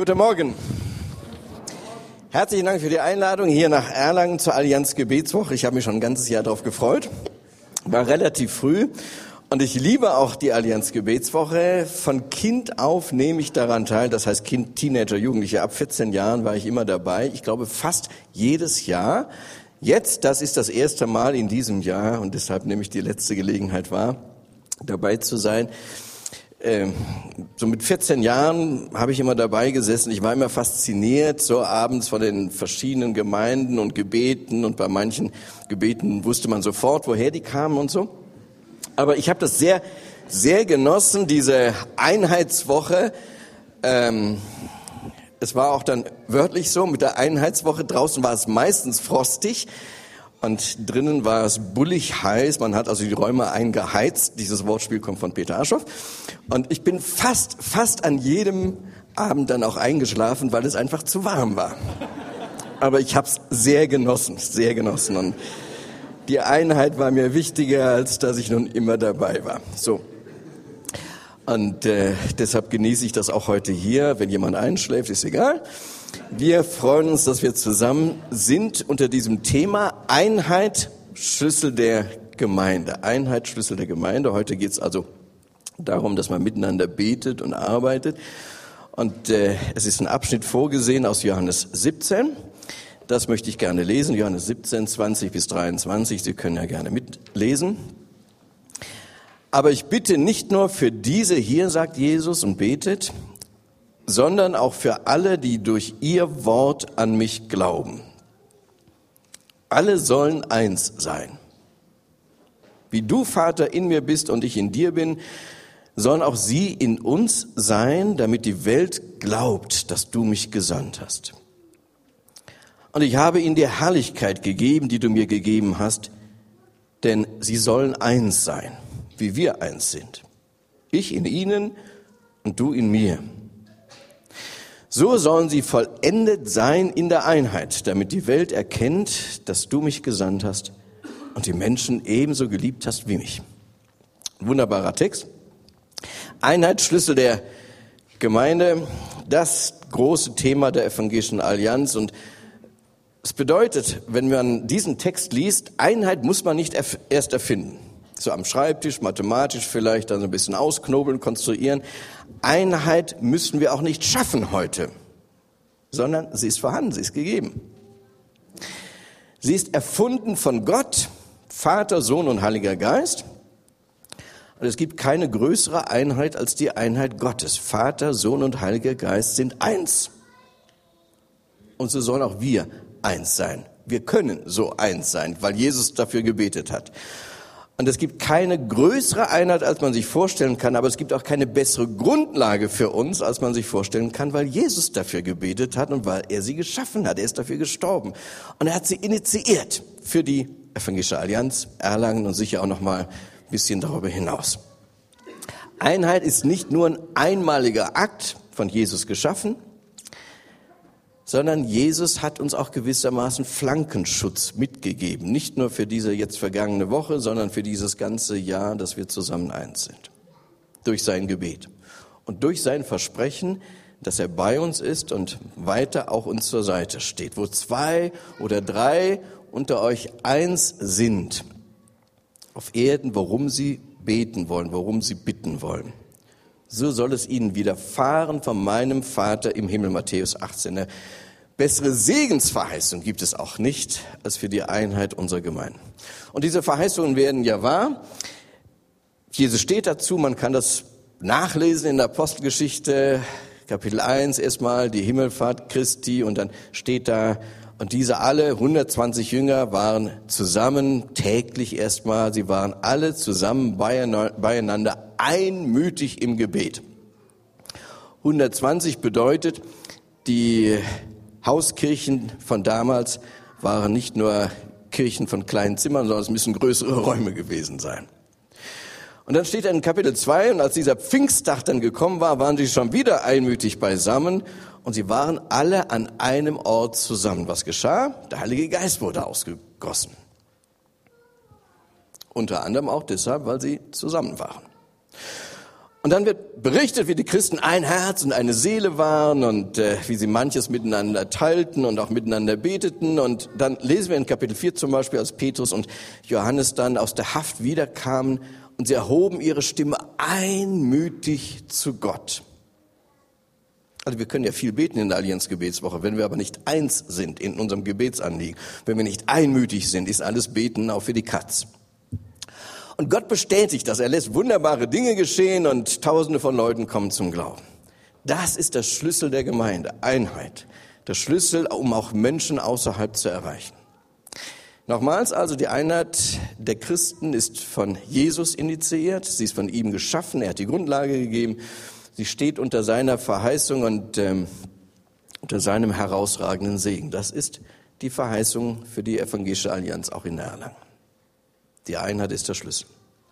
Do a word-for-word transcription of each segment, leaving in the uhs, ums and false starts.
Guten Morgen. Herzlichen Dank für die Einladung hier nach Erlangen zur Allianz Gebetswoche. Ich habe mich schon ein ganzes Jahr darauf gefreut. War relativ früh und ich liebe auch die Allianz Gebetswoche. Von Kind auf nehme ich daran teil. Das heißt Kind, Teenager, Jugendliche. Ab vierzehn Jahren war ich immer dabei. Ich glaube fast jedes Jahr. Jetzt, das ist das erste Mal in diesem Jahr und deshalb nehme ich die letzte Gelegenheit wahr, dabei zu sein. Ähm, so mit vierzehn Jahren habe ich immer dabei gesessen. Ich war immer fasziniert, so abends von den verschiedenen Gemeinden und Gebeten. Und bei manchen Gebeten wusste man sofort, woher die kamen und so. Aber ich habe das sehr, sehr genossen, diese Einheitswoche. Ähm, es war auch dann wörtlich so, mit der Einheitswoche draußen war es meistens frostig. Und drinnen war es bullig heiß, man hat also die Räume eingeheizt. Dieses Wortspiel kommt von Peter Aschoff. Und ich bin fast, fast an jedem Abend dann auch eingeschlafen, weil es einfach zu warm war. Aber ich habe es sehr genossen, sehr genossen. Und die Einheit war mir wichtiger, als dass ich nun immer dabei war. So. Und äh, deshalb genieße ich das auch heute hier. Wenn jemand einschläft, ist egal. Wir freuen uns, dass wir zusammen sind unter diesem Thema Einheit, Schlüssel der Gemeinde. Einheit, Schlüssel der Gemeinde. Heute geht es also darum, dass man miteinander betet und arbeitet. Und äh, es ist ein Abschnitt vorgesehen aus Johannes siebzehn. Das möchte ich gerne lesen. Johannes siebzehn, zwanzig bis dreiundzwanzig. Sie können ja gerne mitlesen. Aber ich bitte nicht nur für diese hier, sagt Jesus, und betet, sondern auch für alle, die durch ihr Wort an mich glauben. Alle sollen eins sein. Wie du, Vater, in mir bist und ich in dir bin, sollen auch sie in uns sein, damit die Welt glaubt, dass du mich gesandt hast. Und ich habe ihnen die Herrlichkeit gegeben, die du mir gegeben hast, denn sie sollen eins sein, wie wir eins sind. Ich in ihnen und du in mir. So sollen sie vollendet sein in der Einheit, damit die Welt erkennt, dass du mich gesandt hast und die Menschen ebenso geliebt hast wie mich. Wunderbarer Text. Einheit, Schlüssel der Gemeinde, das große Thema der Evangelischen Allianz. Und es bedeutet, wenn man diesen Text liest, Einheit muss man nicht erf- erst erfinden. So am Schreibtisch, mathematisch vielleicht, dann so ein bisschen ausknobeln, konstruieren. Einheit müssen wir auch nicht schaffen heute, sondern sie ist vorhanden, sie ist gegeben. Sie ist erfunden von Gott, Vater, Sohn und Heiliger Geist. Und es gibt keine größere Einheit als die Einheit Gottes. Vater, Sohn und Heiliger Geist sind eins. Und so sollen auch wir eins sein. Wir können so eins sein, weil Jesus dafür gebetet hat. Und es gibt keine größere Einheit, als man sich vorstellen kann, aber es gibt auch keine bessere Grundlage für uns, als man sich vorstellen kann, weil Jesus dafür gebetet hat und weil er sie geschaffen hat. Er ist dafür gestorben. Und er hat sie initiiert für die Evangelische Allianz, Erlangen und sicher auch noch mal ein bisschen darüber hinaus. Einheit ist nicht nur ein einmaliger Akt von Jesus geschaffen, sondern Jesus hat uns auch gewissermaßen Flankenschutz mitgegeben. Nicht nur für diese jetzt vergangene Woche, sondern für dieses ganze Jahr, dass wir zusammen eins sind. Durch sein Gebet und durch sein Versprechen, dass er bei uns ist und weiter auch uns zur Seite steht. Wo zwei oder drei unter euch eins sind, auf Erden, worum sie beten wollen, worum sie bitten wollen. So soll es ihnen widerfahren von meinem Vater im Himmel, Matthäus achtzehn. Eine bessere Segensverheißung gibt es auch nicht als für die Einheit unserer Gemeinde. Und diese Verheißungen werden ja wahr. Jesus steht dazu, man kann das nachlesen in der Apostelgeschichte, Kapitel eins erstmal, die Himmelfahrt Christi, und dann steht da, und diese alle hundertzwanzig Jünger waren zusammen täglich erstmal, sie waren alle zusammen beieinander, einmütig im Gebet. hundertzwanzig bedeutet, die Hauskirchen von damals waren nicht nur Kirchen von kleinen Zimmern, sondern es müssen größere Räume gewesen sein. Und dann steht in Kapitel zwei, und als dieser Pfingsttag dann gekommen war, waren sie schon wieder einmütig beisammen und sie waren alle an einem Ort zusammen. Was geschah? Der Heilige Geist wurde ausgegossen. Unter anderem auch deshalb, weil sie zusammen waren. Und dann wird berichtet, wie die Christen ein Herz und eine Seele waren und äh, wie sie manches miteinander teilten und auch miteinander beteten. Und dann lesen wir in Kapitel vier zum Beispiel, als Petrus und Johannes dann aus der Haft wiederkamen und sie erhoben ihre Stimme einmütig zu Gott. Also wir können ja viel beten in der Allianz-Gebetswoche, wenn wir aber nicht eins sind in unserem Gebetsanliegen, wenn wir nicht einmütig sind, ist alles Beten auch für die Katz. Und Gott bestätigt das, er lässt wunderbare Dinge geschehen und Tausende von Leuten kommen zum Glauben. Das ist der Schlüssel der Gemeinde, Einheit. Der Schlüssel, um auch Menschen außerhalb zu erreichen. Nochmals also, die Einheit der Christen ist von Jesus initiiert, sie ist von ihm geschaffen, er hat die Grundlage gegeben, sie steht unter seiner Verheißung und ähm, unter seinem herausragenden Segen. Das ist die Verheißung für die Evangelische Allianz auch in Erlangen. Die Einheit ist der Schlüssel.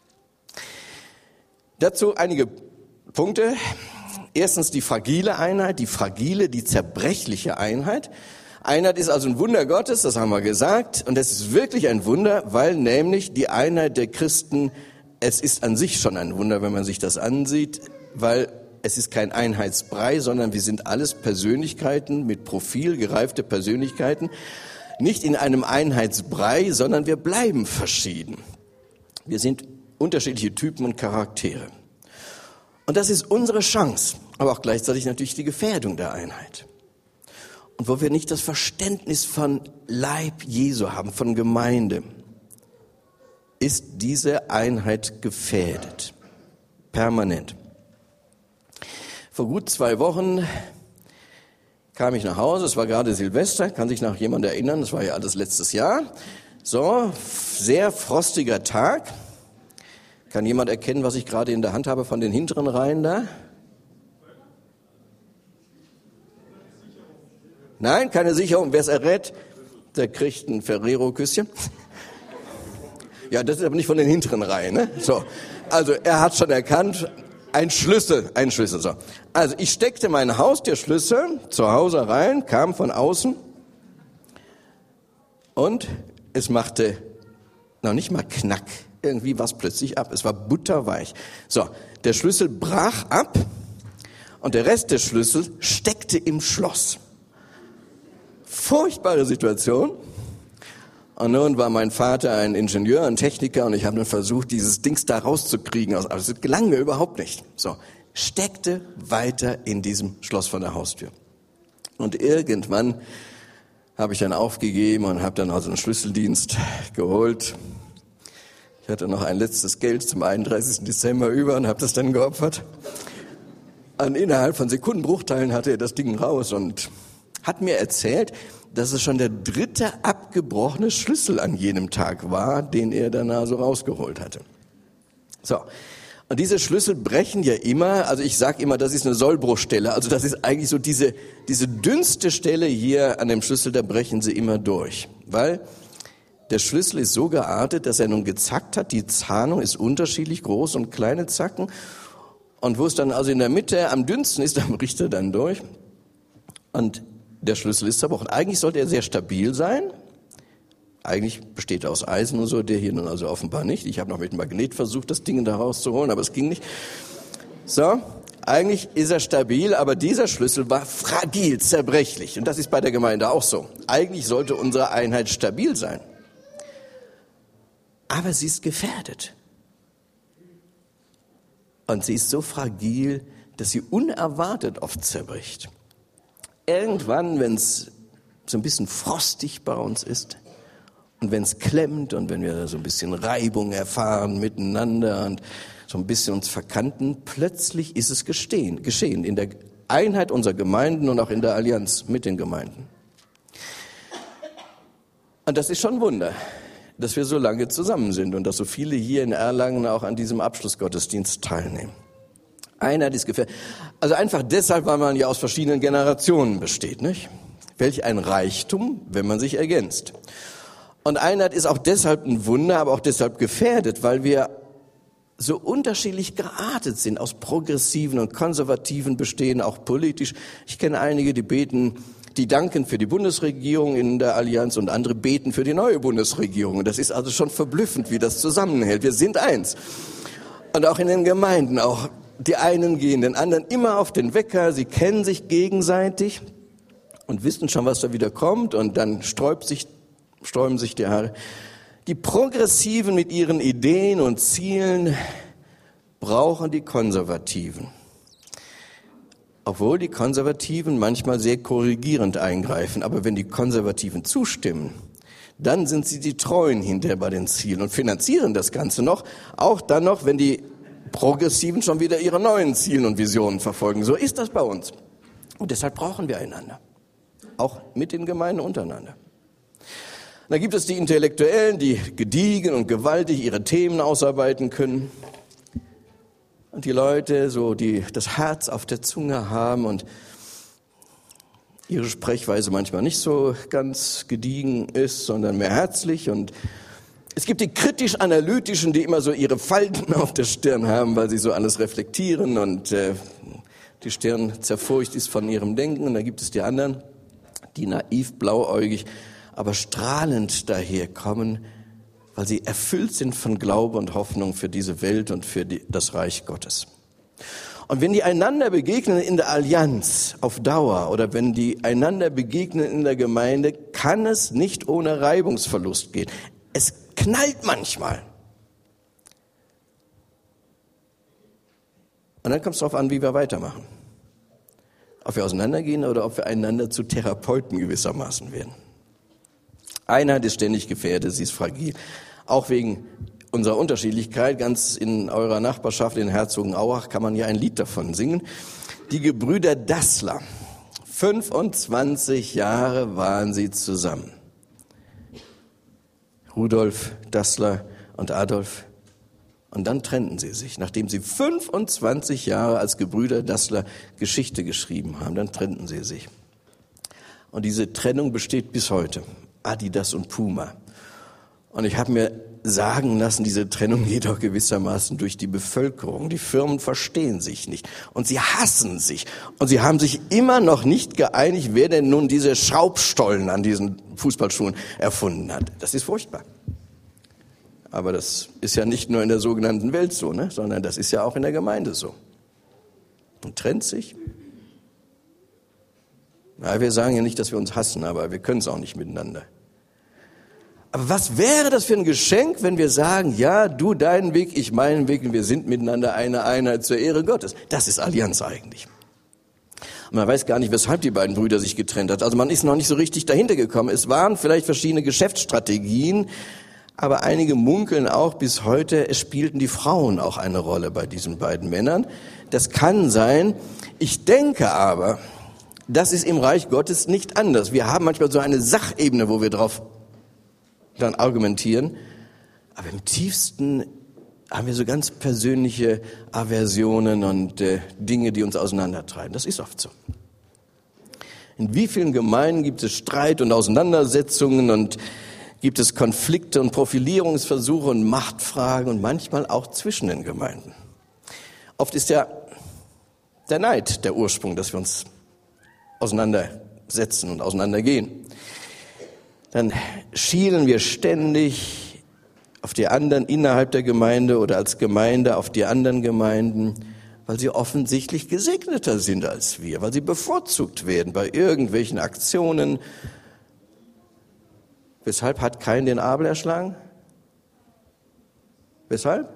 Dazu einige Punkte. Erstens die fragile Einheit, die fragile, die zerbrechliche Einheit. Einheit ist also ein Wunder Gottes, das haben wir gesagt. Und es ist wirklich ein Wunder, weil nämlich die Einheit der Christen, es ist an sich schon ein Wunder, wenn man sich das ansieht, weil es ist kein Einheitsbrei, sondern wir sind alles Persönlichkeiten mit Profil, gereifte Persönlichkeiten. Nicht in einem Einheitsbrei, sondern wir bleiben verschieden. Wir sind unterschiedliche Typen und Charaktere. Und das ist unsere Chance, aber auch gleichzeitig natürlich die Gefährdung der Einheit. Und wo wir nicht das Verständnis von Leib Jesu haben, von Gemeinde, ist diese Einheit gefährdet. Permanent. Vor gut zwei Wochen kam ich nach Hause, es war gerade Silvester, kann sich noch jemand erinnern, das war ja alles letztes Jahr. So, sehr frostiger Tag. Kann jemand erkennen, was ich gerade in der Hand habe von den hinteren Reihen da? Nein, keine Sicherung. Wer es errät, der kriegt ein Ferrero-Küsschen. Ja, das ist aber nicht von den hinteren Reihen, ne? So, also er hat schon erkannt. Ein Schlüssel, ein Schlüssel, so. Also ich steckte meinen Haustürschlüssel zu Hause rein, kam von außen und es machte noch nicht mal Knack. Irgendwie war es plötzlich ab. Es war butterweich. So, der Schlüssel brach ab und der Rest des Schlüssels steckte im Schloss. Furchtbare Situation. Und nun war mein Vater ein Ingenieur, ein Techniker und ich habe dann versucht, dieses Dings da rauszukriegen. Also es gelang mir überhaupt nicht. So, steckte weiter in diesem Schloss von der Haustür. Und irgendwann habe ich dann aufgegeben und habe dann also einen Schlüsseldienst geholt. Ich hatte noch ein letztes Geld zum einunddreißigsten Dezember über und habe das dann geopfert. Und innerhalb von Sekundenbruchteilen hatte er das Ding raus und hat mir erzählt, dass es schon der dritte abgebrochene Schlüssel an jenem Tag war, den er dann also rausgeholt hatte. So, und diese Schlüssel brechen ja immer, also ich sage immer, das ist eine Sollbruchstelle, also das ist eigentlich so diese, diese dünnste Stelle hier an dem Schlüssel, da brechen sie immer durch, weil der Schlüssel ist so geartet, dass er nun gezackt hat, die Zahnung ist unterschiedlich groß und kleine Zacken und wo es dann also in der Mitte am dünnsten ist, da bricht er dann durch und der Schlüssel ist zerbrochen. Eigentlich sollte er sehr stabil sein. Eigentlich besteht er aus Eisen und so, der hier nun also offenbar nicht. Ich habe noch mit dem Magnet versucht, das Ding da rauszuholen, aber es ging nicht. So, eigentlich ist er stabil, aber dieser Schlüssel war fragil, zerbrechlich. Und das ist bei der Gemeinde auch so. Eigentlich sollte unsere Einheit stabil sein. Aber sie ist gefährdet. Und sie ist so fragil, dass sie unerwartet oft zerbricht. Irgendwann, wenn es so ein bisschen frostig bei uns ist und wenn es klemmt und wenn wir so ein bisschen Reibung erfahren miteinander und so ein bisschen uns verkanten, plötzlich ist es gestehen, geschehen in der Einheit unserer Gemeinden und auch in der Allianz mit den Gemeinden. Und das ist schon ein Wunder, dass wir so lange zusammen sind und dass so viele hier in Erlangen auch an diesem Abschlussgottesdienst teilnehmen. Einheit ist gefährdet. Also einfach deshalb, weil man ja aus verschiedenen Generationen besteht, nicht? Welch ein Reichtum, wenn man sich ergänzt. Und Einheit ist auch deshalb ein Wunder, aber auch deshalb gefährdet, weil wir so unterschiedlich geartet sind, aus Progressiven und Konservativen bestehen, auch politisch. Ich kenne einige, die beten, die danken für die Bundesregierung in der Allianz und andere beten für die neue Bundesregierung. Und das ist also schon verblüffend, wie das zusammenhält. Wir sind eins. Und auch in den Gemeinden, auch die einen gehen den anderen immer auf den Wecker, sie kennen sich gegenseitig und wissen schon, was da wieder kommt und dann sträubt sich, sträuben sich die Haare. Die Progressiven mit ihren Ideen und Zielen brauchen die Konservativen. Obwohl die Konservativen manchmal sehr korrigierend eingreifen, aber wenn die Konservativen zustimmen, dann sind sie die Treuen hinterher bei den Zielen und finanzieren das Ganze noch, auch dann noch, wenn die Progressiven schon wieder ihre neuen Ziele und Visionen verfolgen. So ist das bei uns. Und deshalb brauchen wir einander, auch mit den Gemeinden untereinander. Da gibt es die Intellektuellen, die gediegen und gewaltig ihre Themen ausarbeiten können. Und die Leute, so die das Herz auf der Zunge haben und ihre Sprechweise manchmal nicht so ganz gediegen ist, sondern mehr herzlich. Und es gibt die kritisch-analytischen, die immer so ihre Falten auf der Stirn haben, weil sie so alles reflektieren und äh, die Stirn zerfurcht ist von ihrem Denken. Und da gibt es die anderen, die naiv, blauäugig, aber strahlend daherkommen, weil sie erfüllt sind von Glaube und Hoffnung für diese Welt und für die, das Reich Gottes. Und wenn die einander begegnen in der Allianz auf Dauer oder wenn die einander begegnen in der Gemeinde, kann es nicht ohne Reibungsverlust gehen. Es knallt manchmal. Und dann kommt es darauf an, wie wir weitermachen. Ob wir auseinandergehen oder ob wir einander zu Therapeuten gewissermaßen werden. Einheit ist ständig gefährdet, sie ist fragil. Auch wegen unserer Unterschiedlichkeit, ganz in eurer Nachbarschaft in Herzogenaurach kann man ja ein Lied davon singen. Die Gebrüder Dassler, fünfundzwanzig Jahre waren sie zusammen. Rudolf Dassler und Adolf. Und dann trennten sie sich, nachdem sie fünfundzwanzig Jahre als Gebrüder Dassler Geschichte geschrieben haben. Dann trennten sie sich. Und diese Trennung besteht bis heute. Adidas und Puma. Und ich habe mir sagen lassen, diese Trennung geht auch gewissermaßen durch die Bevölkerung. Die Firmen verstehen sich nicht und sie hassen sich. Und sie haben sich immer noch nicht geeinigt, wer denn nun diese Schraubstollen an diesen Fußballschuhen erfunden hat. Das ist furchtbar. Aber das ist ja nicht nur in der sogenannten Welt so, ne? Sondern das ist ja auch in der Gemeinde so. Und trennt sich. Na, wir sagen ja nicht, dass wir uns hassen, aber wir können es auch nicht miteinander. Aber was wäre das für ein Geschenk, wenn wir sagen, ja, du deinen Weg, ich meinen Weg und wir sind miteinander eine Einheit zur Ehre Gottes. Das ist Allianz eigentlich. Und man weiß gar nicht, weshalb die beiden Brüder sich getrennt hat. Also man ist noch nicht so richtig dahinter gekommen. Es waren vielleicht verschiedene Geschäftsstrategien, aber einige munkeln auch bis heute, es spielten die Frauen auch eine Rolle bei diesen beiden Männern. Das kann sein. Ich denke aber, das ist im Reich Gottes nicht anders. Wir haben manchmal so eine Sachebene, wo wir drauf dann argumentieren, aber im tiefsten haben wir so ganz persönliche Aversionen und äh, Dinge, die uns auseinandertreiben. Das ist oft so. In wie vielen Gemeinden gibt es Streit und Auseinandersetzungen und gibt es Konflikte und Profilierungsversuche und Machtfragen und manchmal auch zwischen den Gemeinden. Oft ist ja der Neid der Ursprung, dass wir uns auseinandersetzen und auseinandergehen. Dann schielen wir ständig auf die anderen innerhalb der Gemeinde oder als Gemeinde auf die anderen Gemeinden, weil sie offensichtlich gesegneter sind als wir, weil sie bevorzugt werden bei irgendwelchen Aktionen. Weshalb hat Kain den Abel erschlagen? Weshalb?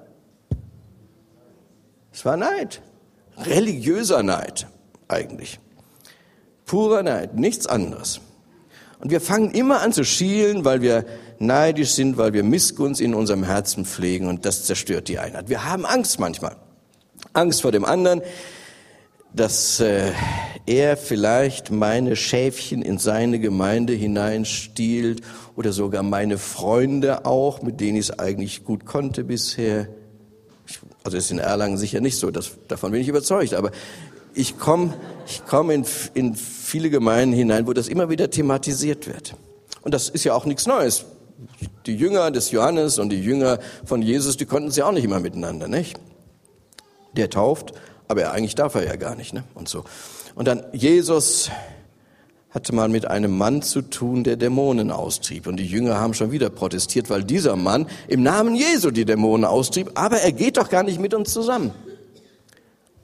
Es war Neid, religiöser Neid eigentlich, purer Neid, nichts anderes. Und wir fangen immer an zu schielen, weil wir neidisch sind, weil wir Missgunst in unserem Herzen pflegen und das zerstört die Einheit. Wir haben Angst manchmal. Angst vor dem anderen, dass äh, er vielleicht meine Schäfchen in seine Gemeinde hineinstiehlt oder sogar meine Freunde auch, mit denen ich es eigentlich gut konnte bisher. Ich, also ist in Erlangen sicher nicht so, das, davon bin ich überzeugt, aber ich komme ich komm in, in viele Gemeinden hinein, wo das immer wieder thematisiert wird. Und das ist ja auch nichts Neues. Die Jünger des Johannes und die Jünger von Jesus, die konnten sie auch nicht immer miteinander, nicht? Der tauft, aber er, eigentlich darf er ja gar nicht, ne? Und so. Und dann Jesus hatte mal mit einem Mann zu tun, der Dämonen austrieb. Und die Jünger haben schon wieder protestiert, weil dieser Mann im Namen Jesu die Dämonen austrieb, aber er geht doch gar nicht mit uns zusammen.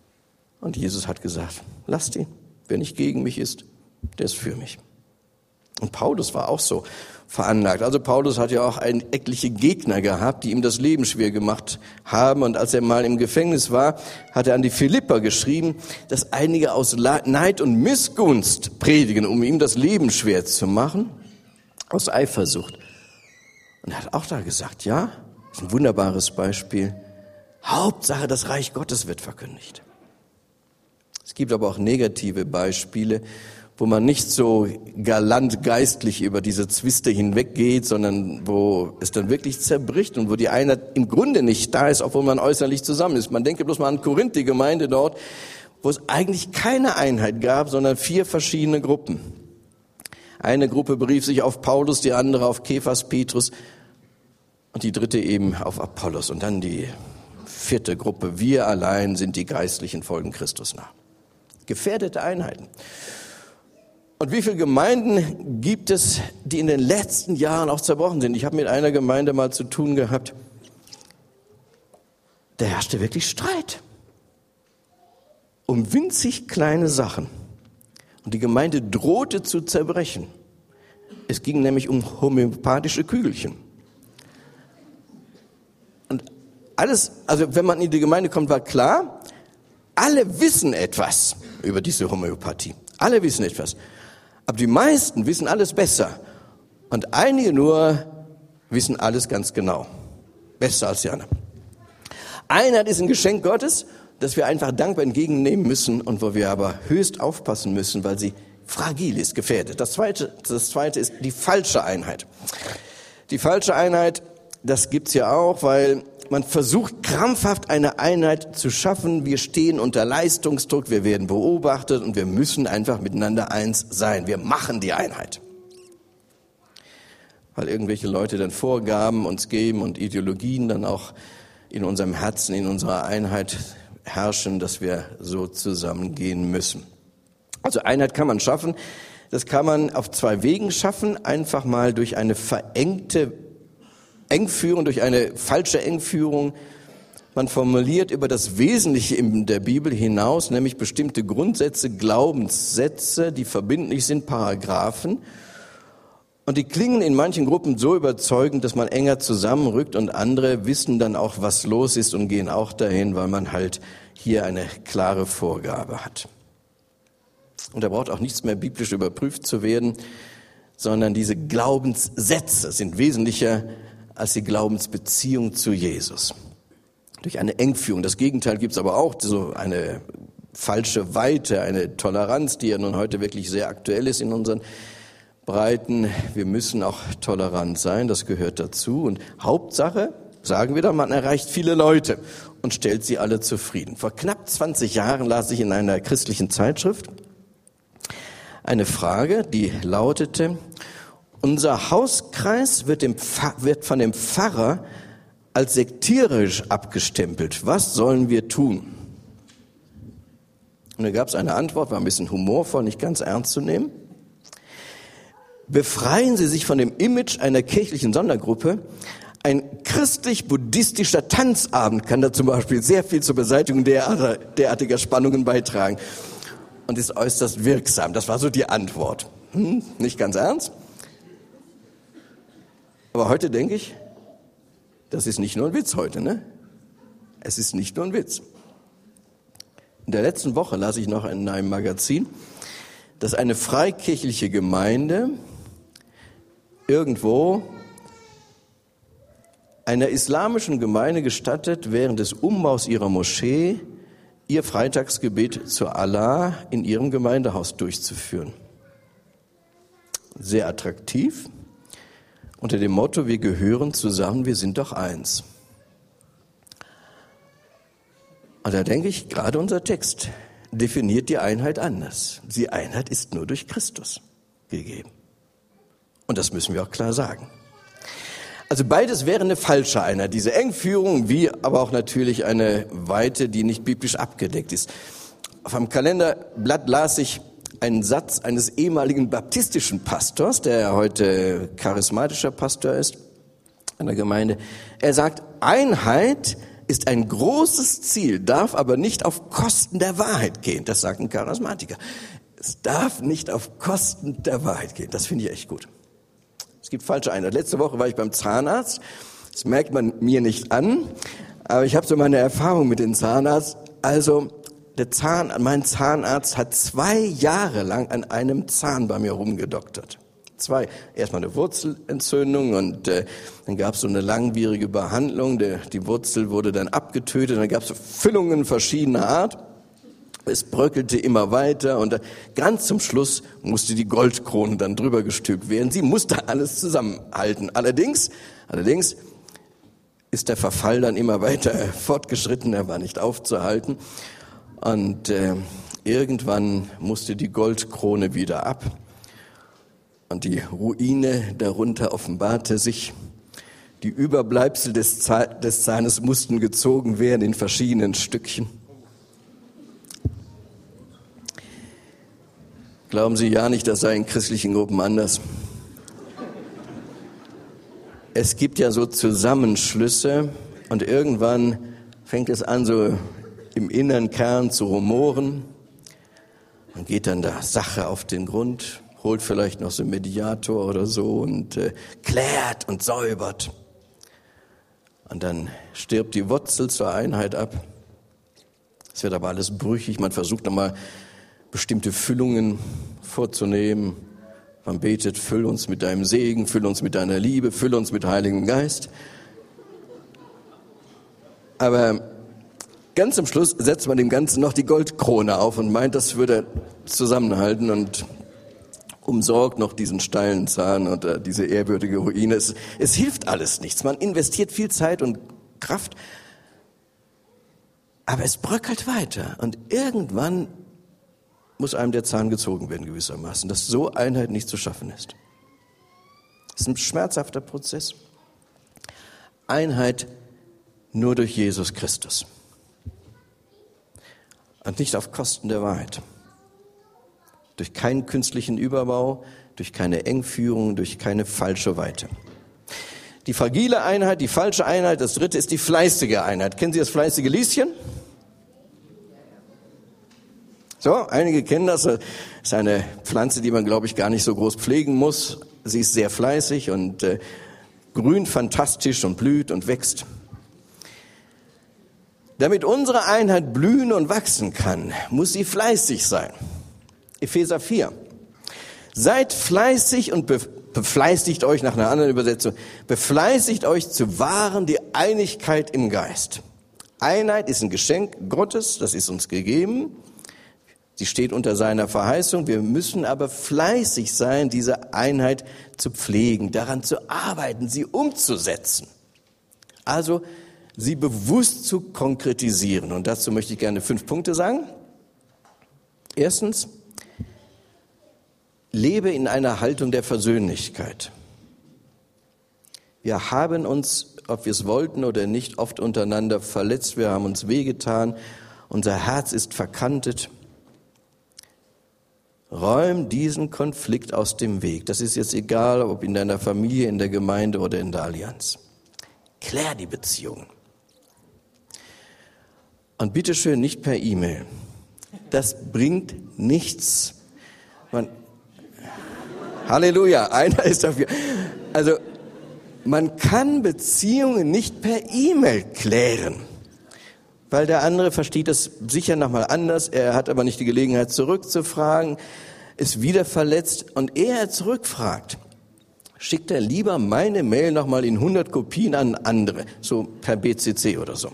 Und Jesus hat gesagt, lasst ihn. Wer nicht gegen mich ist, der ist für mich. Und Paulus war auch so veranlagt. Also Paulus hat ja auch ein, etliche Gegner gehabt, die ihm das Leben schwer gemacht haben. Und als er mal im Gefängnis war, hat er an die Philipper geschrieben, dass einige aus Neid und Missgunst predigen, um ihm das Leben schwer zu machen, aus Eifersucht. Und er hat auch da gesagt, ja, das ist ein wunderbares Beispiel. Hauptsache, das Reich Gottes wird verkündigt. Es gibt aber auch negative Beispiele, wo man nicht so galant geistlich über diese Zwiste hinweggeht, sondern wo es dann wirklich zerbricht und wo die Einheit im Grunde nicht da ist, obwohl man äußerlich zusammen ist. Man denke bloß mal an Korinth, die Gemeinde dort, wo es eigentlich keine Einheit gab, sondern vier verschiedene Gruppen. Eine Gruppe berief sich auf Paulus, die andere auf Kephas, Petrus und die dritte eben auf Apollos. Und dann die vierte Gruppe, wir allein sind die geistlichen Folgen Christus nach. Gefährdete Einheiten. Und wie viele Gemeinden gibt es, die in den letzten Jahren auch zerbrochen sind? Ich habe mit einer Gemeinde mal zu tun gehabt, da herrschte wirklich Streit um winzig kleine Sachen. Und die Gemeinde drohte zu zerbrechen. Es ging nämlich um homöopathische Kügelchen. Und alles, also wenn man in die Gemeinde kommt, war klar, alle wissen etwas über diese Homöopathie. Alle wissen etwas. Aber die meisten wissen alles besser. Und einige nur wissen alles ganz genau. Besser als die anderen. Einheit ist ein Geschenk Gottes, das wir einfach dankbar entgegennehmen müssen und wo wir aber höchst aufpassen müssen, weil sie fragil ist, gefährdet. Das zweite, das zweite ist die falsche Einheit. Die falsche Einheit, das gibt's ja auch, weil man versucht krampfhaft eine Einheit zu schaffen. Wir stehen unter Leistungsdruck, wir werden beobachtet und wir müssen einfach miteinander eins sein. Wir machen die Einheit. Weil irgendwelche Leute dann Vorgaben uns geben und Ideologien dann auch in unserem Herzen, in unserer Einheit herrschen, dass wir so zusammengehen müssen. Also Einheit kann man schaffen. Das kann man auf zwei Wegen schaffen. Einfach mal durch eine verengte Engführung, durch eine falsche Engführung. Man formuliert über das Wesentliche in der Bibel hinaus, nämlich bestimmte Grundsätze, Glaubenssätze, die verbindlich sind, Paragraphen. Und die klingen in manchen Gruppen so überzeugend, dass man enger zusammenrückt und andere wissen dann auch, was los ist und gehen auch dahin, weil man halt hier eine klare Vorgabe hat. Und da braucht auch nichts mehr biblisch überprüft zu werden, sondern diese Glaubenssätze sind wesentlicher als die Glaubensbeziehung zu Jesus. Durch eine Engführung. Das Gegenteil gibt es aber auch, so eine falsche Weite, eine Toleranz, die ja nun heute wirklich sehr aktuell ist in unseren Breiten. Wir müssen auch tolerant sein, das gehört dazu. Und Hauptsache, sagen wir dann, man erreicht viele Leute und stellt sie alle zufrieden. Vor knapp zwanzig Jahren las ich in einer christlichen Zeitschrift eine Frage, die lautete: Unser Hauskreis wird, dem Pfarr, wird von dem Pfarrer als sektierisch abgestempelt. Was sollen wir tun? Und da gab es eine Antwort, war ein bisschen humorvoll, nicht ganz ernst zu nehmen. Befreien Sie sich von dem Image einer kirchlichen Sondergruppe. Ein christlich-buddhistischer Tanzabend kann da zum Beispiel sehr viel zur Beseitigung derartiger Spannungen beitragen und ist äußerst wirksam. Das war so die Antwort. Hm, nicht ganz ernst? Aber heute denke ich, das ist nicht nur ein Witz heute, ne? Es ist nicht nur ein Witz. In der letzten Woche las ich noch in einem Magazin, dass eine freikirchliche Gemeinde irgendwo einer islamischen Gemeinde gestattet, während des Umbaus ihrer Moschee ihr Freitagsgebet zu Allah in ihrem Gemeindehaus durchzuführen. Sehr attraktiv. Unter dem Motto, wir gehören zusammen, wir sind doch eins. Und da denke ich, gerade unser Text definiert die Einheit anders. Die Einheit ist nur durch Christus gegeben. Und das müssen wir auch klar sagen. Also beides wäre eine falsche Einheit, diese Engführung, wie aber auch natürlich eine Weite, die nicht biblisch abgedeckt ist. Auf einem Kalenderblatt las ich einen Satz eines ehemaligen baptistischen Pastors, der heute charismatischer Pastor ist, einer Gemeinde. Er sagt, Einheit ist ein großes Ziel, darf aber nicht auf Kosten der Wahrheit gehen. Das sagt ein Charismatiker. Es darf nicht auf Kosten der Wahrheit gehen. Das finde ich echt gut. Es gibt falsche Einheit. Letzte Woche war ich beim Zahnarzt. Das merkt man mir nicht an, aber ich habe so meine Erfahrung mit dem Zahnarzt. Also der Zahn, mein Zahnarzt hat zwei Jahre lang an einem Zahn bei mir rumgedoktert. Zwei. Erstmal eine Wurzelentzündung und äh, dann gab es so eine langwierige Behandlung. Der, die Wurzel wurde dann abgetötet. Dann gab es so Füllungen verschiedener Art. Es bröckelte immer weiter und äh, ganz zum Schluss musste die Goldkrone dann drüber gestülpt werden. Sie musste alles zusammenhalten. Allerdings, allerdings ist der Verfall dann immer weiter fortgeschritten. Er war nicht aufzuhalten. Und äh, irgendwann musste die Goldkrone wieder ab. Und die Ruine darunter offenbarte sich. Die Überbleibsel des, Zahn, des Zahnes mussten gezogen werden in verschiedenen Stückchen. Glauben Sie ja nicht, das sei in christlichen Gruppen anders. Es gibt ja so Zusammenschlüsse und irgendwann fängt es an, so im inneren Kern zu rumoren. Man geht dann der Sache auf den Grund, holt vielleicht noch so einen Mediator oder so und äh, klärt und säubert. Und dann stirbt die Wurzel zur Einheit ab. Es wird aber alles brüchig. Man versucht nochmal bestimmte Füllungen vorzunehmen. Man betet, füll uns mit deinem Segen, füll uns mit deiner Liebe, füll uns mit Heiligem Geist. Aber ganz am Schluss setzt man dem Ganzen noch die Goldkrone auf und meint, das würde zusammenhalten und umsorgt noch diesen steilen Zahn und äh, diese ehrwürdige Ruine. Es, es hilft alles nichts. Man investiert viel Zeit und Kraft, aber es bröckelt weiter. Und irgendwann muss einem der Zahn gezogen werden gewissermaßen, dass so Einheit nicht zu schaffen ist. Es ist ein schmerzhafter Prozess. Einheit nur durch Jesus Christus. Und nicht auf Kosten der Wahrheit. Durch keinen künstlichen Überbau, durch keine Engführung, durch keine falsche Weite. Die fragile Einheit, die falsche Einheit, das dritte ist die fleißige Einheit. Kennen Sie das fleißige Lieschen? So, einige kennen das. Das ist eine Pflanze, die man, glaube ich, gar nicht so groß pflegen muss. Sie ist sehr fleißig und äh, grünt fantastisch und blüht und wächst. Damit unsere Einheit blühen und wachsen kann, muss sie fleißig sein. Epheser vier. Seid fleißig und be- befleißigt euch, nach einer anderen Übersetzung, befleißigt euch zu wahren die Einigkeit im Geist. Einheit ist ein Geschenk Gottes, das ist uns gegeben. Sie steht unter seiner Verheißung. Wir müssen aber fleißig sein, diese Einheit zu pflegen, daran zu arbeiten, sie umzusetzen. Also sie bewusst zu konkretisieren. Und dazu möchte ich gerne fünf Punkte sagen. Erstens, lebe in einer Haltung der Versöhnlichkeit. Wir haben uns, ob wir es wollten oder nicht, oft untereinander verletzt. Wir haben uns wehgetan. Unser Herz ist verkantet. Räum diesen Konflikt aus dem Weg. Das ist jetzt egal, ob in deiner Familie, in der Gemeinde oder in der Allianz. Klär die Beziehung. Und bitteschön nicht per E-Mail. Das bringt nichts. Man, Halleluja, einer ist dafür. Also, man kann Beziehungen nicht per E-Mail klären. Weil der andere versteht es sicher nochmal anders, er hat aber nicht die Gelegenheit zurückzufragen, ist wieder verletzt und ehe er zurückfragt, schickt er lieber meine Mail nochmal in hundert Kopien an andere, so per B C C oder so.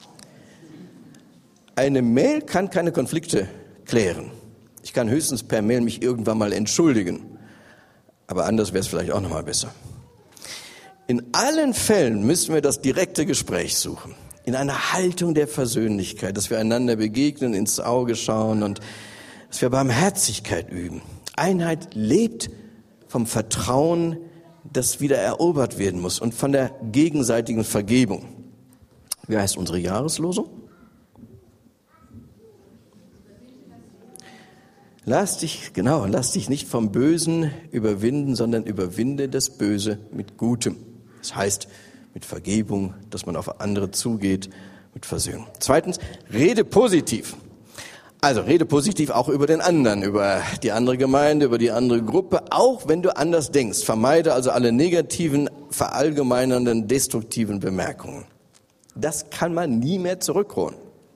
Eine Mail kann keine Konflikte klären. Ich kann höchstens per Mail mich irgendwann mal entschuldigen, aber anders wäre es vielleicht auch nochmal besser. In allen Fällen müssen wir das direkte Gespräch suchen. In einer Haltung der Versöhnlichkeit, dass wir einander begegnen, ins Auge schauen und dass wir Barmherzigkeit üben. Einheit lebt vom Vertrauen, das wieder erobert werden muss und von der gegenseitigen Vergebung. Wie heißt unsere Jahreslosung? Lass dich, genau, lass dich nicht vom Bösen überwinden, sondern überwinde das Böse mit Gutem. Das heißt, mit Vergebung, dass man auf andere zugeht, mit Versöhnung. Zweitens, rede positiv. Also rede positiv auch über den anderen, über die andere Gemeinde, über die andere Gruppe, auch wenn du anders denkst. Vermeide also alle negativen, verallgemeinernden, destruktiven Bemerkungen. Das kann man nie mehr zurückholen.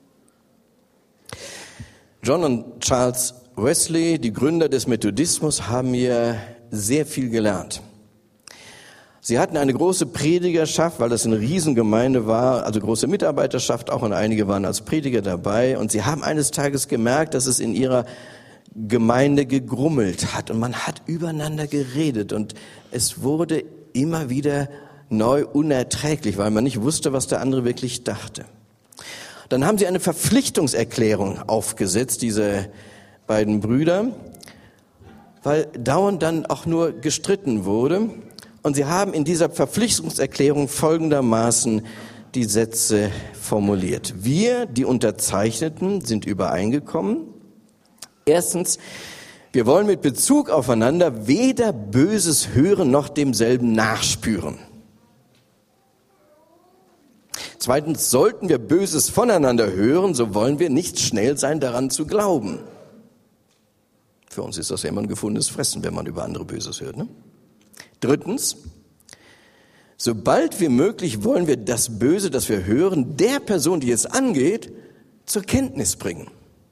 John und Charles Wesley, die Gründer des Methodismus, haben hier sehr viel gelernt. Sie hatten eine große Predigerschaft, weil das eine Riesengemeinde war, also große Mitarbeiterschaft auch, und einige waren als Prediger dabei. Und sie haben eines Tages gemerkt, dass es in ihrer Gemeinde gegrummelt hat und man hat übereinander geredet und es wurde immer wieder neu unerträglich, weil man nicht wusste, was der andere wirklich dachte. Dann haben sie eine Verpflichtungserklärung aufgesetzt, diese beiden Brüder, weil dauernd dann auch nur gestritten wurde. Und sie haben in dieser Verpflichtungserklärung folgendermaßen die Sätze formuliert. Wir, die Unterzeichneten, sind übereingekommen. Erstens, wir wollen mit Bezug aufeinander weder Böses hören noch demselben nachspüren. Zweitens, sollten wir Böses voneinander hören, so wollen wir nicht schnell sein, daran zu glauben. Für uns ist das ja immer ein gefundenes Fressen, wenn man über andere Böses hört, ne? Drittens, sobald wie möglich wollen wir das Böse, das wir hören, der Person, die es angeht, zur Kenntnis bringen.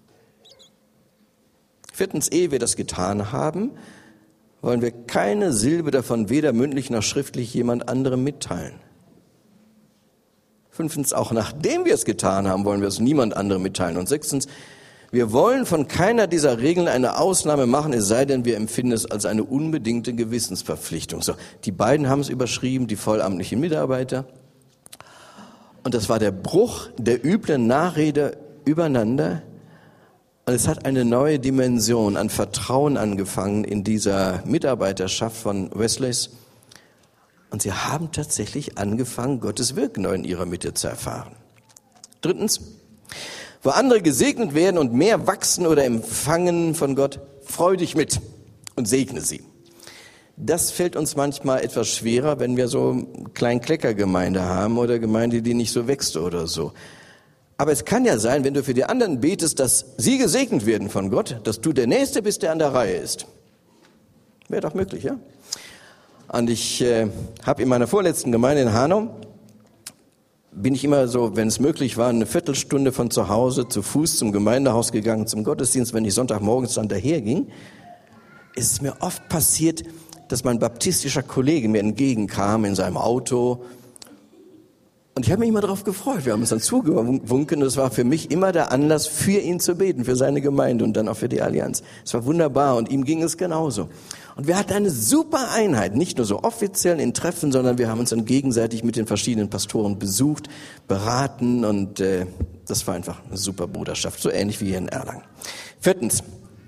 Viertens, ehe wir das getan haben, wollen wir keine Silbe davon weder mündlich noch schriftlich jemand anderem mitteilen. Fünftens, auch nachdem wir es getan haben, wollen wir es niemand anderem mitteilen. Und sechstens, wir wollen von keiner dieser Regeln eine Ausnahme machen, es sei denn, wir empfinden es als eine unbedingte Gewissensverpflichtung. So, die beiden haben es überschrieben, die vollamtlichen Mitarbeiter. Und das war der Bruch der üblen Nachrede übereinander. Und es hat eine neue Dimension an Vertrauen angefangen in dieser Mitarbeiterschaft von Wesleys. Und sie haben tatsächlich angefangen, Gottes Wirken neu in ihrer Mitte zu erfahren. Drittens, wo andere gesegnet werden und mehr wachsen oder empfangen von Gott, freu dich mit und segne sie. Das fällt uns manchmal etwas schwerer, wenn wir so eine Klein-Klecker-Gemeinde haben oder Gemeinde, die nicht so wächst oder so. Aber es kann ja sein, wenn du für die anderen betest, dass sie gesegnet werden von Gott, dass du der Nächste bist, der an der Reihe ist. Wäre doch möglich, ja? Und ich äh, habe in meiner vorletzten Gemeinde in Hanau, bin ich immer so, wenn es möglich war, eine Viertelstunde von zu Hause zu Fuß zum Gemeindehaus gegangen, zum Gottesdienst. Wenn ich Sonntagmorgens dann daherging, ist es mir oft passiert, dass mein baptistischer Kollege mir entgegenkam in seinem Auto. Und ich habe mich immer darauf gefreut. Wir haben uns dann zugewunken. Das war für mich immer der Anlass, für ihn zu beten, für seine Gemeinde und dann auch für die Allianz. Es war wunderbar und ihm ging es genauso. Und wir hatten eine super Einheit, nicht nur so offiziell in Treffen, sondern wir haben uns dann gegenseitig mit den verschiedenen Pastoren besucht, beraten und äh, das war einfach eine super Bruderschaft, so ähnlich wie hier in Erlangen. Viertens,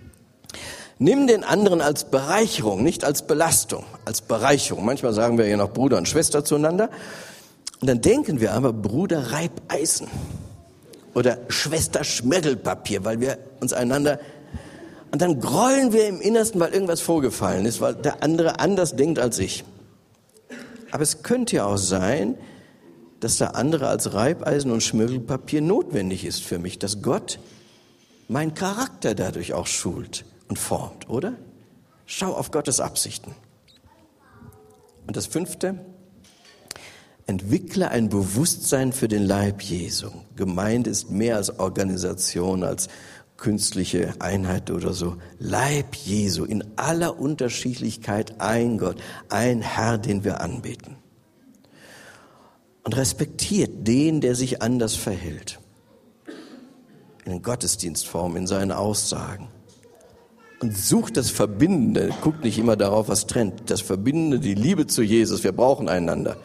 nimm den anderen als Bereicherung, nicht als Belastung, als Bereicherung. Manchmal sagen wir ja noch Bruder und Schwester zueinander und dann denken wir aber Bruder Reibeisen oder Schwester Schmirgelpapier, weil wir uns einander... Und dann grollen wir im Innersten, weil irgendwas vorgefallen ist, weil der andere anders denkt als ich. Aber es könnte ja auch sein, dass der andere als Reibeisen und Schmirgelpapier notwendig ist für mich, dass Gott meinen Charakter dadurch auch schult und formt, oder? Schau auf Gottes Absichten. Und das Fünfte, entwickle ein Bewusstsein für den Leib Jesu. Gemeinde ist mehr als Organisation, als künstliche Einheit oder so. Leib Jesu, in aller Unterschiedlichkeit ein Gott, ein Herr, den wir anbeten. Und respektiert den, der sich anders verhält. In den Gottesdienstformen, in seinen Aussagen. Und sucht das Verbindende, guckt nicht immer darauf, was trennt. Das Verbindende, die Liebe zu Jesus, wir brauchen einander.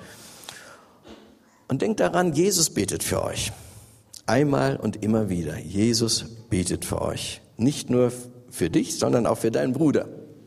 Und denkt daran, Jesus betet für euch. Einmal und immer wieder. Jesus betet für euch. Nicht nur für dich, sondern auch für deinen Bruder,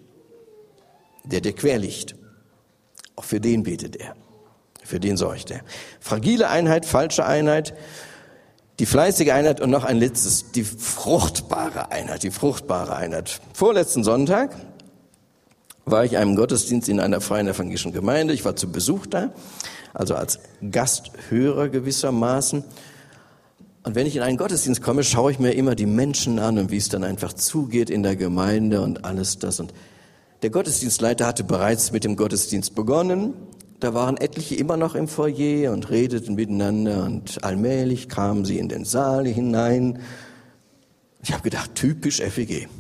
der dir quer liegt. Auch für den betet er. Für den sorgt er. Fragile Einheit, falsche Einheit, die fleißige Einheit und noch ein letztes, die fruchtbare Einheit. Die fruchtbare Einheit. Vorletzten Sonntag war ich in einem Gottesdienst in einer freien evangelischen Gemeinde. Ich war zu Besuch da, also als Gasthörer gewissermaßen. Und wenn ich in einen Gottesdienst komme, schaue ich mir immer die Menschen an und wie es dann einfach zugeht in der Gemeinde und alles das. Und der Gottesdienstleiter hatte bereits mit dem Gottesdienst begonnen. Da waren etliche immer noch im Foyer und redeten miteinander und allmählich kamen sie in den Saal hinein. Ich habe gedacht, typisch F E G.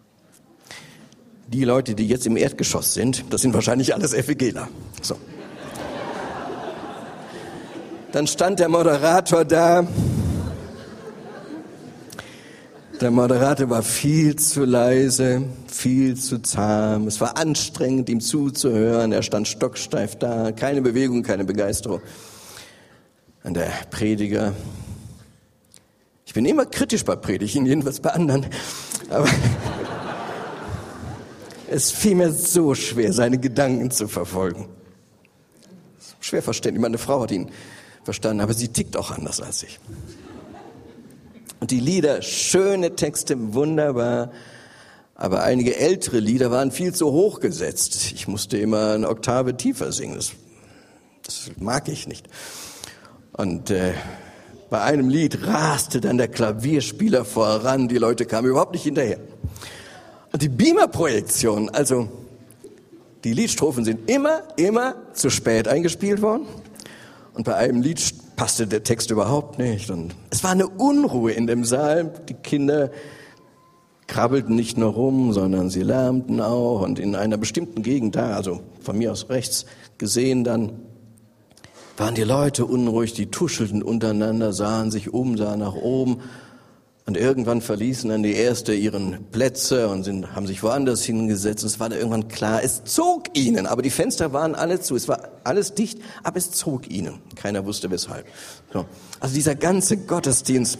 Die Leute, die jetzt im Erdgeschoss sind, das sind wahrscheinlich alles FEGler. So. Dann stand der Moderator da. Der Moderator war viel zu leise, viel zu zahm. Es war anstrengend, ihm zuzuhören. Er stand stocksteif da, keine Bewegung, keine Begeisterung. Und der Prediger, ich bin immer kritisch bei Predigen, jedenfalls bei anderen, aber es fiel mir so schwer, seine Gedanken zu verfolgen. Schwer verständlich. Meine Frau hat ihn verstanden, aber sie tickt auch anders als ich. Und die Lieder, schöne Texte, wunderbar, aber einige ältere Lieder waren viel zu hoch gesetzt. Ich musste immer eine Oktave tiefer singen, das, das mag ich nicht. Und äh, bei einem Lied raste dann der Klavierspieler voran, die Leute kamen überhaupt nicht hinterher. Und die Beamer-Projektion, also die Liedstrophen sind immer, immer zu spät eingespielt worden. Und bei einem Lied passte der Text überhaupt nicht. Und es war eine Unruhe in dem Saal. Die Kinder krabbelten nicht nur rum, sondern sie lärmten auch. Und in einer bestimmten Gegend da, also von mir aus rechts gesehen dann, waren die Leute unruhig, die tuschelten untereinander, sahen sich um, sahen nach oben. Und irgendwann verließen dann die Erste ihren Plätze und sind, haben sich woanders hingesetzt. Und es war da irgendwann klar, es zog ihnen. Aber die Fenster waren alle zu. Es war alles dicht, aber es zog ihnen. Keiner wusste weshalb. So. Also dieser ganze Gottesdienst.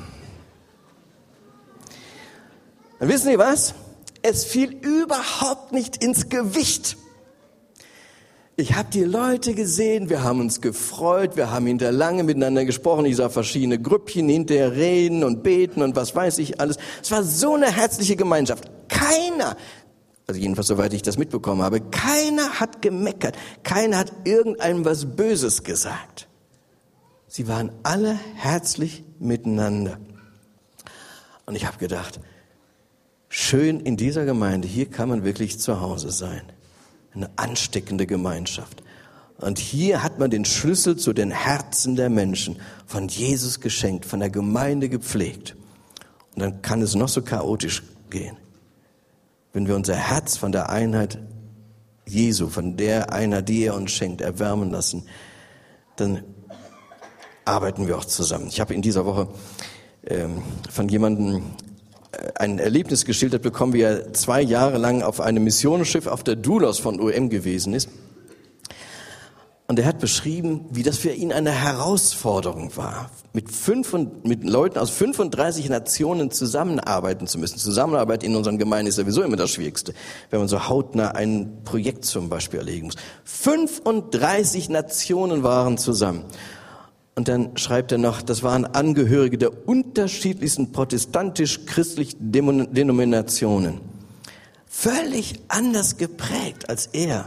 Und wissen Sie was? Es fiel überhaupt nicht ins Gewicht. Ich habe die Leute gesehen, wir haben uns gefreut, wir haben hinterher lange miteinander gesprochen, ich sah verschiedene Grüppchen hinterher reden und beten und was weiß ich alles. Es war so eine herzliche Gemeinschaft. Keiner, also jedenfalls soweit ich das mitbekommen habe, keiner hat gemeckert, keiner hat irgendeinem was Böses gesagt. Sie waren alle herzlich miteinander. Und ich habe gedacht, schön in dieser Gemeinde, hier kann man wirklich zu Hause sein. Eine ansteckende Gemeinschaft. Und hier hat man den Schlüssel zu den Herzen der Menschen von Jesus geschenkt, von der Gemeinde gepflegt. Und dann kann es noch so chaotisch gehen. Wenn wir unser Herz von der Einheit Jesu, von der Einheit, die er uns schenkt, erwärmen lassen, dann arbeiten wir auch zusammen. Ich habe in dieser Woche ähm, von jemandem ein Erlebnis geschildert bekommen, wie er zwei Jahre lang auf einem Missionsschiff auf der Doulos von U M gewesen ist. Und er hat beschrieben, wie das für ihn eine Herausforderung war, mit, fünf und, mit Leuten aus fünfunddreißig Nationen zusammenarbeiten zu müssen. Zusammenarbeit in unseren Gemeinden ist sowieso immer das Schwierigste, wenn man so hautnah ein Projekt zum Beispiel erlegen muss. fünfunddreißig Nationen waren zusammen. Und dann schreibt er noch, das waren Angehörige der unterschiedlichsten protestantisch-christlichen Denominationen. Völlig anders geprägt als er.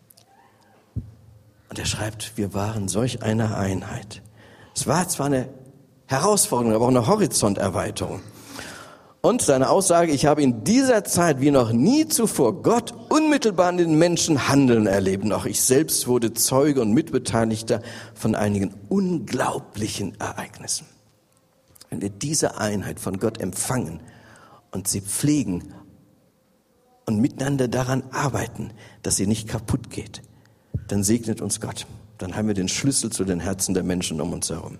Und er schreibt, wir waren solch eine Einheit. Es war zwar eine Herausforderung, aber auch eine Horizonterweiterung. Und seine Aussage, ich habe in dieser Zeit wie noch nie zuvor Gott unmittelbar an den Menschen handeln erleben. Auch ich selbst wurde Zeuge und Mitbeteiligter von einigen unglaublichen Ereignissen. Wenn wir diese Einheit von Gott empfangen und sie pflegen und miteinander daran arbeiten, dass sie nicht kaputt geht, dann segnet uns Gott. Dann haben wir den Schlüssel zu den Herzen der Menschen um uns herum.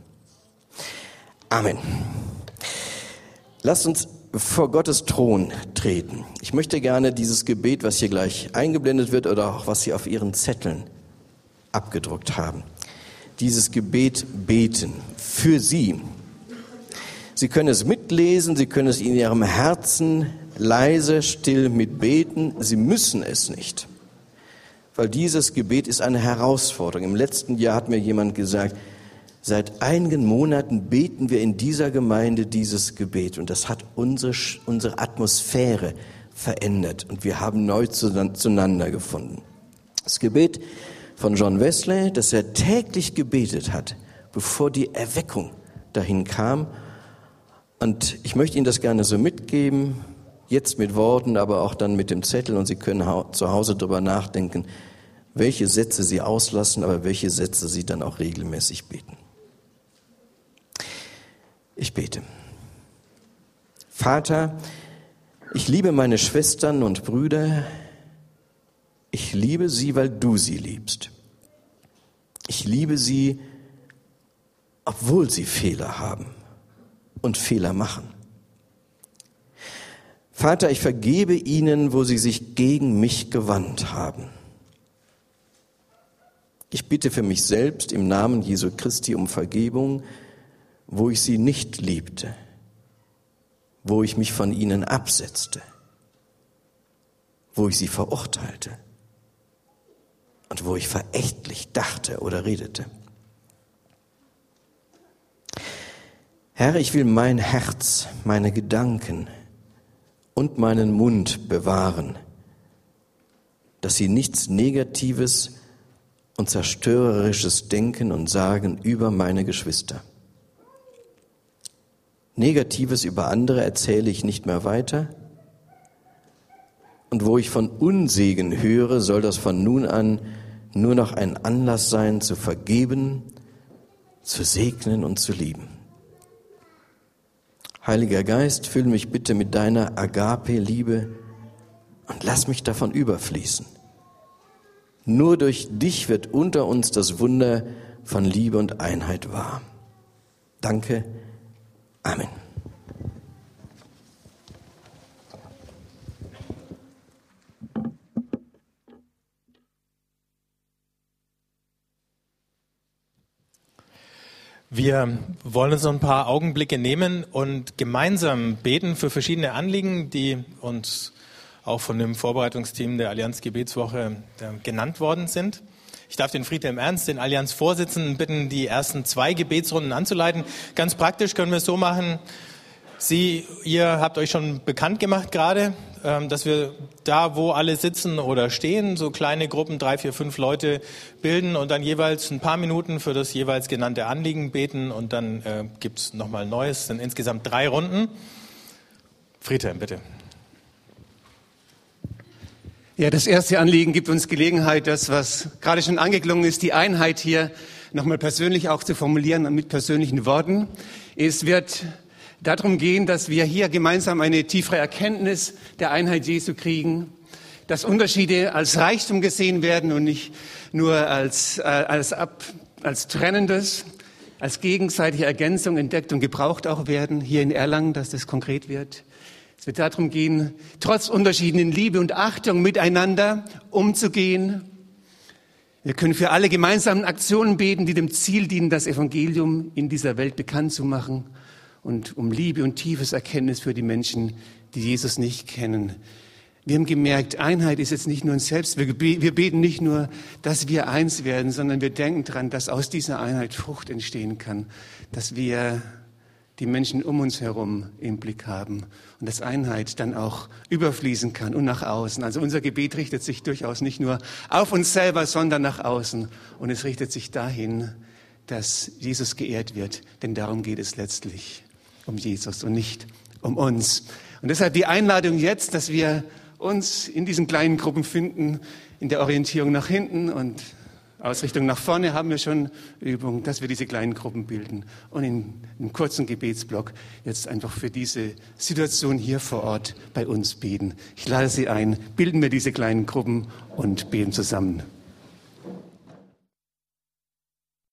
Amen. Lasst uns vor Gottes Thron treten. Ich möchte gerne dieses Gebet, was hier gleich eingeblendet wird oder auch was Sie auf Ihren Zetteln abgedruckt haben, dieses Gebet beten für Sie. Sie können es mitlesen, Sie können es in Ihrem Herzen leise, still mitbeten. Sie müssen es nicht, weil dieses Gebet ist eine Herausforderung. Im letzten Jahr hat mir jemand gesagt, seit einigen Monaten beten wir in dieser Gemeinde dieses Gebet und das hat unsere, unsere Atmosphäre verändert und wir haben neu zueinander gefunden. Das Gebet von John Wesley, das er täglich gebetet hat, bevor die Erweckung dahin kam Und ich möchte Ihnen das gerne so mitgeben, jetzt mit Worten, aber auch dann mit dem Zettel, und Sie können zu Hause darüber nachdenken, welche Sätze Sie auslassen, aber welche Sätze Sie dann auch regelmäßig beten. Ich bete. Vater, ich liebe meine Schwestern und Brüder. Ich liebe sie, weil du sie liebst. Ich liebe sie, obwohl sie Fehler haben und Fehler machen. Vater, ich vergebe ihnen, wo sie sich gegen mich gewandt haben. Ich bitte für mich selbst im Namen Jesu Christi um Vergebung, wo ich sie nicht liebte, wo ich mich von ihnen absetzte, wo ich sie verurteilte und wo ich verächtlich dachte oder redete. Herr, ich will mein Herz, meine Gedanken und meinen Mund bewahren, dass sie nichts Negatives und Zerstörerisches denken und sagen über meine Geschwister. Negatives über andere erzähle ich nicht mehr weiter. Und wo ich von Unsegen höre, soll das von nun an nur noch ein Anlass sein, zu vergeben, zu segnen und zu lieben. Heiliger Geist, füll mich bitte mit deiner Agape-Liebe und lass mich davon überfließen. Nur durch dich wird unter uns das Wunder von Liebe und Einheit wahr. Danke. Amen. Wir wollen uns noch ein paar Augenblicke nehmen und gemeinsam beten für verschiedene Anliegen, die uns auch von dem Vorbereitungsteam der Allianz Gebetswoche genannt worden sind. Ich darf den Friedhelm Ernst, den Allianz-Vorsitzenden, bitten, die ersten zwei Gebetsrunden anzuleiten. Ganz praktisch können wir es so machen. Sie, ihr habt euch schon bekannt gemacht gerade, dass wir da, wo alle sitzen oder stehen, so kleine Gruppen, drei, vier, fünf Leute bilden und dann jeweils ein paar Minuten für das jeweils genannte Anliegen beten und dann äh, gibt es nochmal ein neues. Es sind insgesamt drei Runden. Friedhelm, bitte. Ja, das erste Anliegen gibt uns Gelegenheit, das, was gerade schon angeklungen ist, die Einheit hier nochmal persönlich auch zu formulieren und mit persönlichen Worten. Es wird darum gehen, dass wir hier gemeinsam eine tiefere Erkenntnis der Einheit Jesu kriegen, dass Unterschiede als Reichtum gesehen werden und nicht nur als, äh, als, ab, als Trennendes, als gegenseitige Ergänzung entdeckt und gebraucht auch werden, hier in Erlangen, dass das konkret wird. Es wird darum gehen, trotz Unterschieden in Liebe und Achtung miteinander umzugehen. Wir können für alle gemeinsamen Aktionen beten, die dem Ziel dienen, das Evangelium in dieser Welt bekannt zu machen und um Liebe und tiefes Erkenntnis für die Menschen, die Jesus nicht kennen. Wir haben gemerkt, Einheit ist jetzt nicht nur ein Selbst. Wir beten nicht nur, dass wir eins werden, sondern wir denken daran, dass aus dieser Einheit Frucht entstehen kann, dass wir die Menschen um uns herum im Blick haben und dass Einheit dann auch überfließen kann und nach außen. Also unser Gebet richtet sich durchaus nicht nur auf uns selber, sondern nach außen. Und es richtet sich dahin, dass Jesus geehrt wird, denn darum geht es letztlich, um Jesus und nicht um uns. Und deshalb die Einladung jetzt, dass wir uns in diesen kleinen Gruppen finden, in der Orientierung nach hinten und Ausrichtung nach vorne haben wir schon Übung, dass wir diese kleinen Gruppen bilden und in einem kurzen Gebetsblock jetzt einfach für diese Situation hier vor Ort bei uns beten. Ich lade Sie ein, bilden wir diese kleinen Gruppen und beten zusammen.